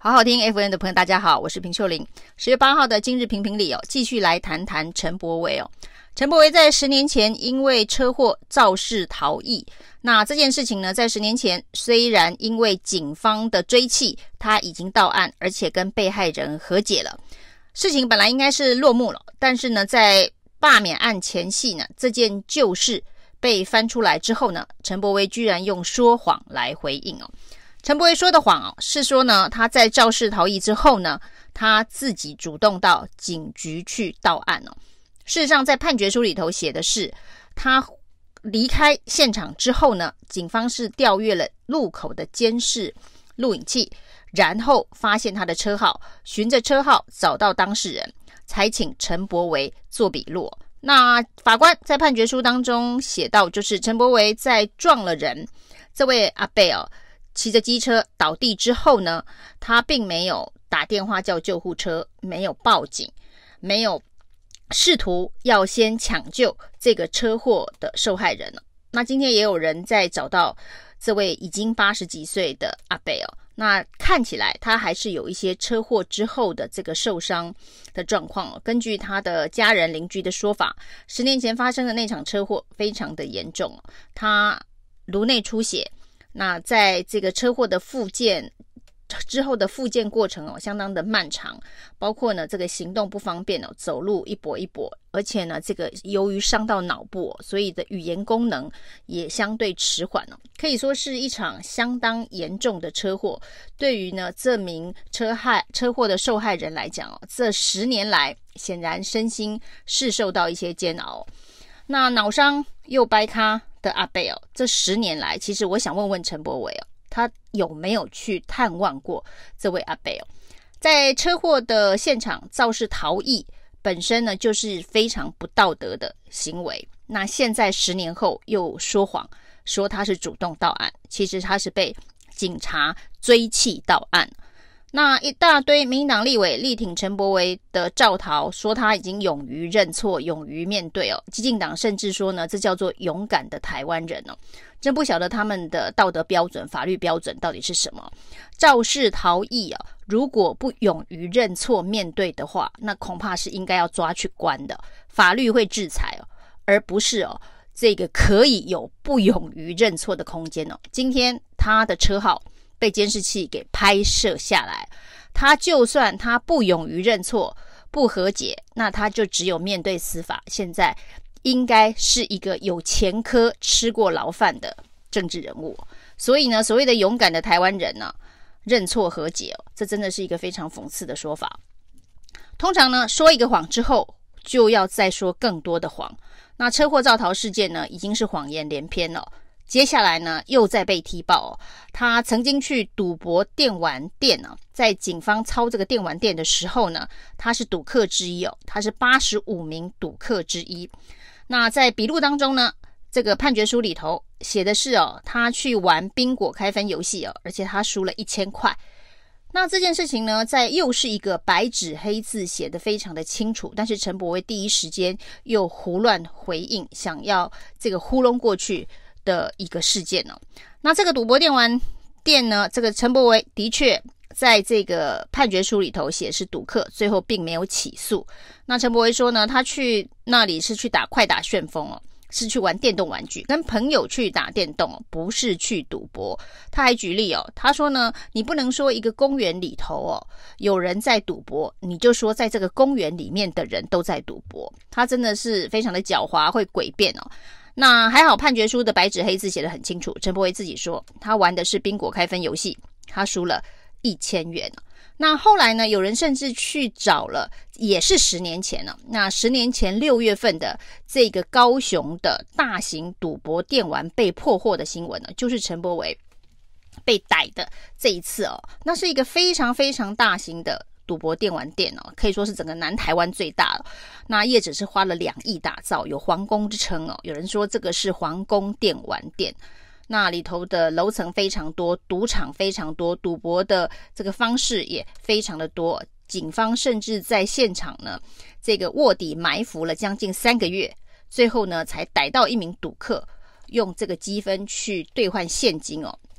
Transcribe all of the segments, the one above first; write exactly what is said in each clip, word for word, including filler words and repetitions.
好好听 F M 的朋友大家好，我是平秀玲。十月八号的今日评评理哦，继续来谈谈陈柏惟哦。陈柏惟在十年前因为车祸肇事逃逸，那这件事情呢，在十年前虽然因为警方的追缉，他已经到案，而且跟被害人和解了，事情本来应该是落幕了，但是呢，在罢免案前夕呢，这件旧事被翻出来之后呢，陈柏惟居然用说谎来回应哦。陈柏惟说的谎哦，是说呢，他在肇事逃逸之后呢，他自己主动到警局去到案哦。事实上，在判决书里头写的是，他离开现场之后呢，警方是调阅了路口的监视录影器，然后发现他的车号，循着车号找到当事人，才请陈柏惟做笔录。那法官在判决书当中写到，就是陈柏惟在撞了人，这位阿伯哦，骑着机车倒地之后呢，他并没有打电话叫救护车，没有报警，没有试图要先抢救这个车祸的受害人。那今天也有人在找到这位已经八十几岁的阿伯哦，那看起来他还是有一些车祸之后的这个受伤的状况哦。根据他的家人邻居的说法，十年前发生的那场车祸非常的严重哦，他颅内出血。那在这个车祸的复健之后的复健过程哦，相当的漫长，包括呢这个行动不方便哦，走路一跛一跛，而且呢这个由于伤到脑部哦，所以的语言功能也相对迟缓哦，可以说是一场相当严重的车祸。对于呢这名车害车祸的受害人来讲哦，这十年来显然身心是受到一些煎熬。那脑伤又掰咖的阿伯哦，这十年来，其实我想问问陈柏惟哦，他有没有去探望过这位阿伯哦？在车祸的现场肇事逃逸本身呢，就是非常不道德的行为。那现在十年后又说谎，说他是主动到案，其实他是被警察追缉到案。那一大堆民进党立委力挺陈柏惟的肇逃，说他已经勇于认错，勇于面对哦。基进党甚至说呢，这叫做勇敢的台湾人哦。真不晓得他们的道德标准、法律标准到底是什么。肇事逃逸啊，如果不勇于认错面对的话，那恐怕是应该要抓去关的，法律会制裁哦，而不是哦这个可以有不勇于认错的空间哦。今天他的车号被监视器给拍摄下来，他就算他不勇于认错、不和解，那他就只有面对司法。现在应该是一个有前科、吃过牢饭的政治人物，所以呢，所谓的勇敢的台湾人呢、啊，认错和解哦，这真的是一个非常讽刺的说法。通常呢，说一个谎之后，就要再说更多的谎。那车祸肇逃事件呢，已经是谎言连篇了。接下来呢，又在被踢爆哦，他曾经去赌博电玩店呢、啊，在警方操这个电玩店的时候呢，他是赌客之一哦，他是八十五名赌客之一。那在笔录当中呢，这个判决书里头写的是哦，他去玩宾果开分游戏哦，而且他输了一千块。那这件事情呢，在又是一个白纸黑字写得非常的清楚，但是陈柏惟第一时间又胡乱回应，想要这个糊弄过去的一个事件哦。那这个赌博电玩店呢，这个陈柏惟的确在这个判决书里头写是赌客，最后并没有起诉。那陈柏惟说呢，他去那里是去打快打旋风哦，是去玩电动玩具，跟朋友去打电动，不是去赌博。他还举例哦，他说呢，你不能说一个公园里头哦有人在赌博，你就说在这个公园里面的人都在赌博。他真的是非常的狡猾，会诡辩哦。那还好，判决书的白纸黑字写得很清楚。陈柏惟自己说，他玩的是宾果开分游戏，他输了一千元。那后来呢，有人甚至去找了，也是十年前了。那十年前六月份的这个高雄的大型赌博电玩被破获的新闻呢，就是陈柏惟被逮的这一次哦。那是一个非常非常大型的赌博电玩店哦，可以说是整个南台湾最大了。那业者是花了两亿打造，有皇宫之称哦。有人说这个是皇宫电玩店。那里头的楼层非常多，赌场非常多，赌博的这个方式也非常的多。警方甚至在现场呢，这个卧底埋伏了将近三个月，最后呢才逮到一名赌客，用这个积分去兑换现金哦。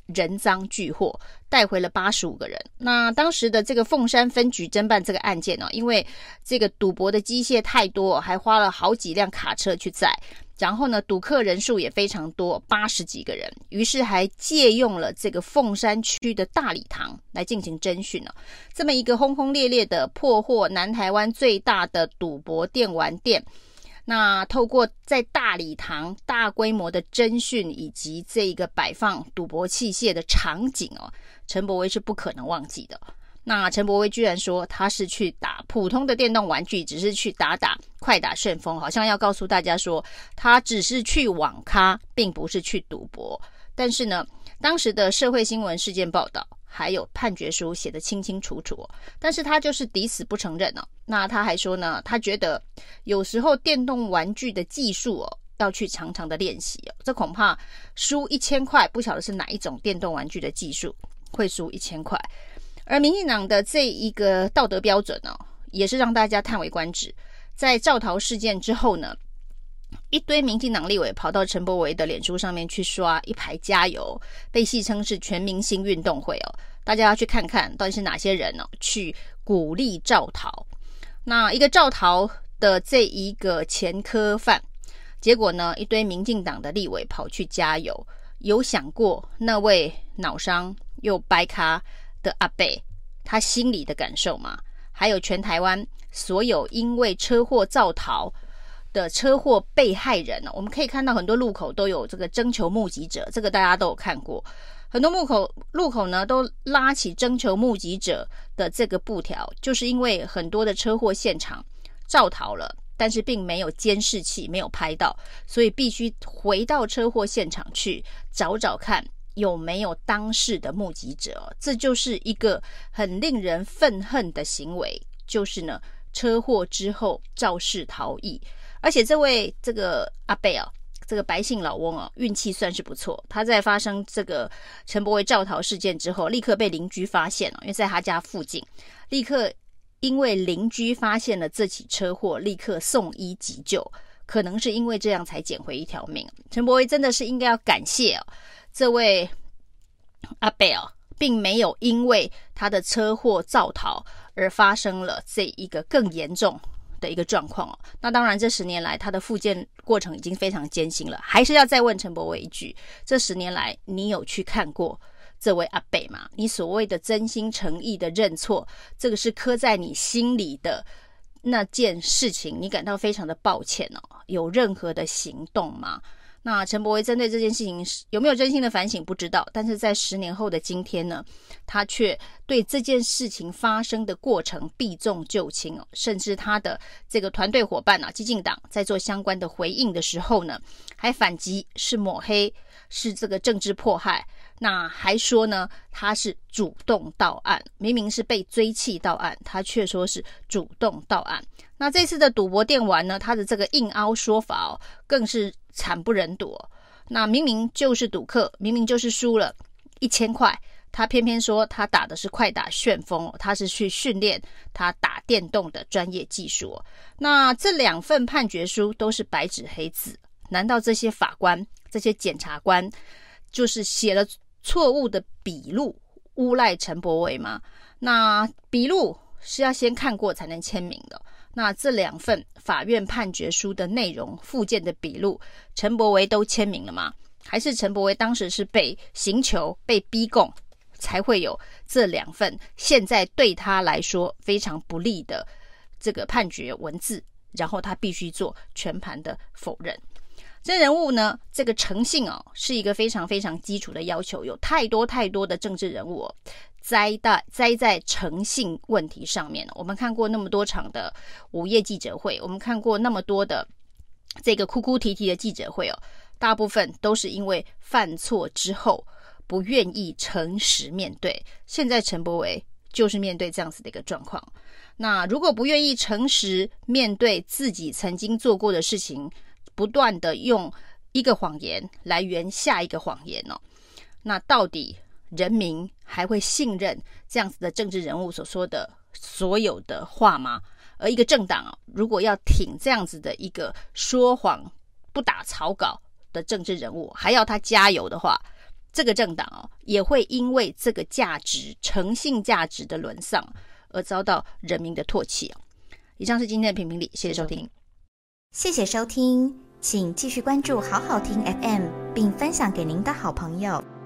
人赃俱获，带回了八十五个人。那当时的这个凤山分局侦办这个案件呢、哦，因为这个赌博的机械太多，还花了好几辆卡车去载，然后呢，赌客人数也非常多，八十几个人，于是还借用了这个凤山区的大礼堂来进行侦讯哦。这么一个轰轰烈烈的破获南台湾最大的赌博电玩店，那透过在大礼堂大规模的侦讯以及这个摆放赌博器械的场景哦，陈柏惟是不可能忘记的。那陈柏惟居然说他是去打普通的电动玩具，只是去打打快打旋风，好像要告诉大家说他只是去网咖，并不是去赌博。但是呢，当时的社会新闻事件报道还有判决书写得清清楚楚、哦，但是他就是抵死不承认哦。那他还说呢，他觉得有时候电动玩具的技术哦，要去常常的练习哦。这恐怕输一千块，不晓得是哪一种电动玩具的技术会输一千块。而民进党的这一个道德标准呢、哦，也是让大家叹为观止。在赵桃事件之后呢，一堆民进党立委跑到陈柏惟的脸书上面去刷一排加油，被戏称是全明星运动会哦。大家要去看看到底是哪些人哦，去鼓励赵桃。那一个赵桃的这一个前科犯，结果呢，一堆民进党的立委跑去加油，有想过那位脑伤又掰咖的阿伯他心里的感受吗？还有全台湾所有因为车祸造逃的车祸被害人，我们可以看到很多路口都有这个征求目击者，这个大家都有看过。很多路口路口呢都拉起征求目击者的这个布条，就是因为很多的车祸现场造逃了，但是并没有监视器，没有拍到，所以必须回到车祸现场去找找看有没有当事的目击者。这就是一个很令人愤恨的行为，就是呢，车祸之后肇事逃逸。而且这位这个阿伯啊，这个白姓老翁啊，运气算是不错。他在发生这个陈柏惟肇逃事件之后，立刻被邻居发现了，因为在他家附近，立刻因为邻居发现了这起车祸，立刻送医急救。可能是因为这样才捡回一条命。陈柏惟真的是应该要感谢哦，这位阿伯哦，并没有因为他的车祸肇逃而发生了这一个更严重的一个状况哦。那当然这十年来他的复健过程已经非常艰辛了，还是要再问陈柏惟一句，这十年来你有去看过这位阿伯吗？你所谓的真心诚意的认错，这个是刻在你心里的那件事情，你感到非常的抱歉哦，有任何的行动吗？那陈柏惟针对这件事情有没有真心的反省不知道，但是在十年后的今天呢，他却对这件事情发生的过程避重就轻哦，甚至他的这个团队伙伴啊，基进党在做相关的回应的时候呢，还反击是抹黑，是这个政治迫害，那还说呢他是主动到案，明明是被追缉到案，他却说是主动到案。那这次的赌博电玩呢，他的这个硬凹说法哦，更是惨不忍睹哦。那明明就是赌客，明明就是输了一千块，他偏偏说他打的是快打旋风哦，他是去训练他打电动的专业技术哦。那这两份判决书都是白纸黑字，难道这些法官、这些检察官就是写了错误的笔录诬赖陈柏惟吗？那笔录是要先看过才能签名的。那这两份法院判决书的内容附件的笔录，陈柏惟都签名了吗？还是陈柏惟当时是被刑求、被逼供，才会有这两份现在对他来说非常不利的这个判决文字，然后他必须做全盘的否认。真人物呢，这个诚信哦，是一个非常非常基础的要求，有太多太多的政治人物哦，栽在栽在诚信问题上面。我们看过那么多场的午夜记者会，我们看过那么多的这个哭哭啼啼的记者会哦，大部分都是因为犯错之后不愿意诚实面对。现在陈柏惟就是面对这样子的一个状况。那如果不愿意诚实面对自己曾经做过的事情，不断的用一个谎言来圆下一个谎言哦，那到底人民还会信任这样子的政治人物所说的所有的话吗？而一个政党、哦、如果要挺这样子的一个说谎不打草稿的政治人物，还要他加油的话， 这个政党哦，也会因为这个价值、诚信价值的沦丧而遭到人民的唾弃哦。以上是今天的评评理，谢谢收听。 谢谢收听，请继续关注好好听 F M， 并分享给您的好朋友。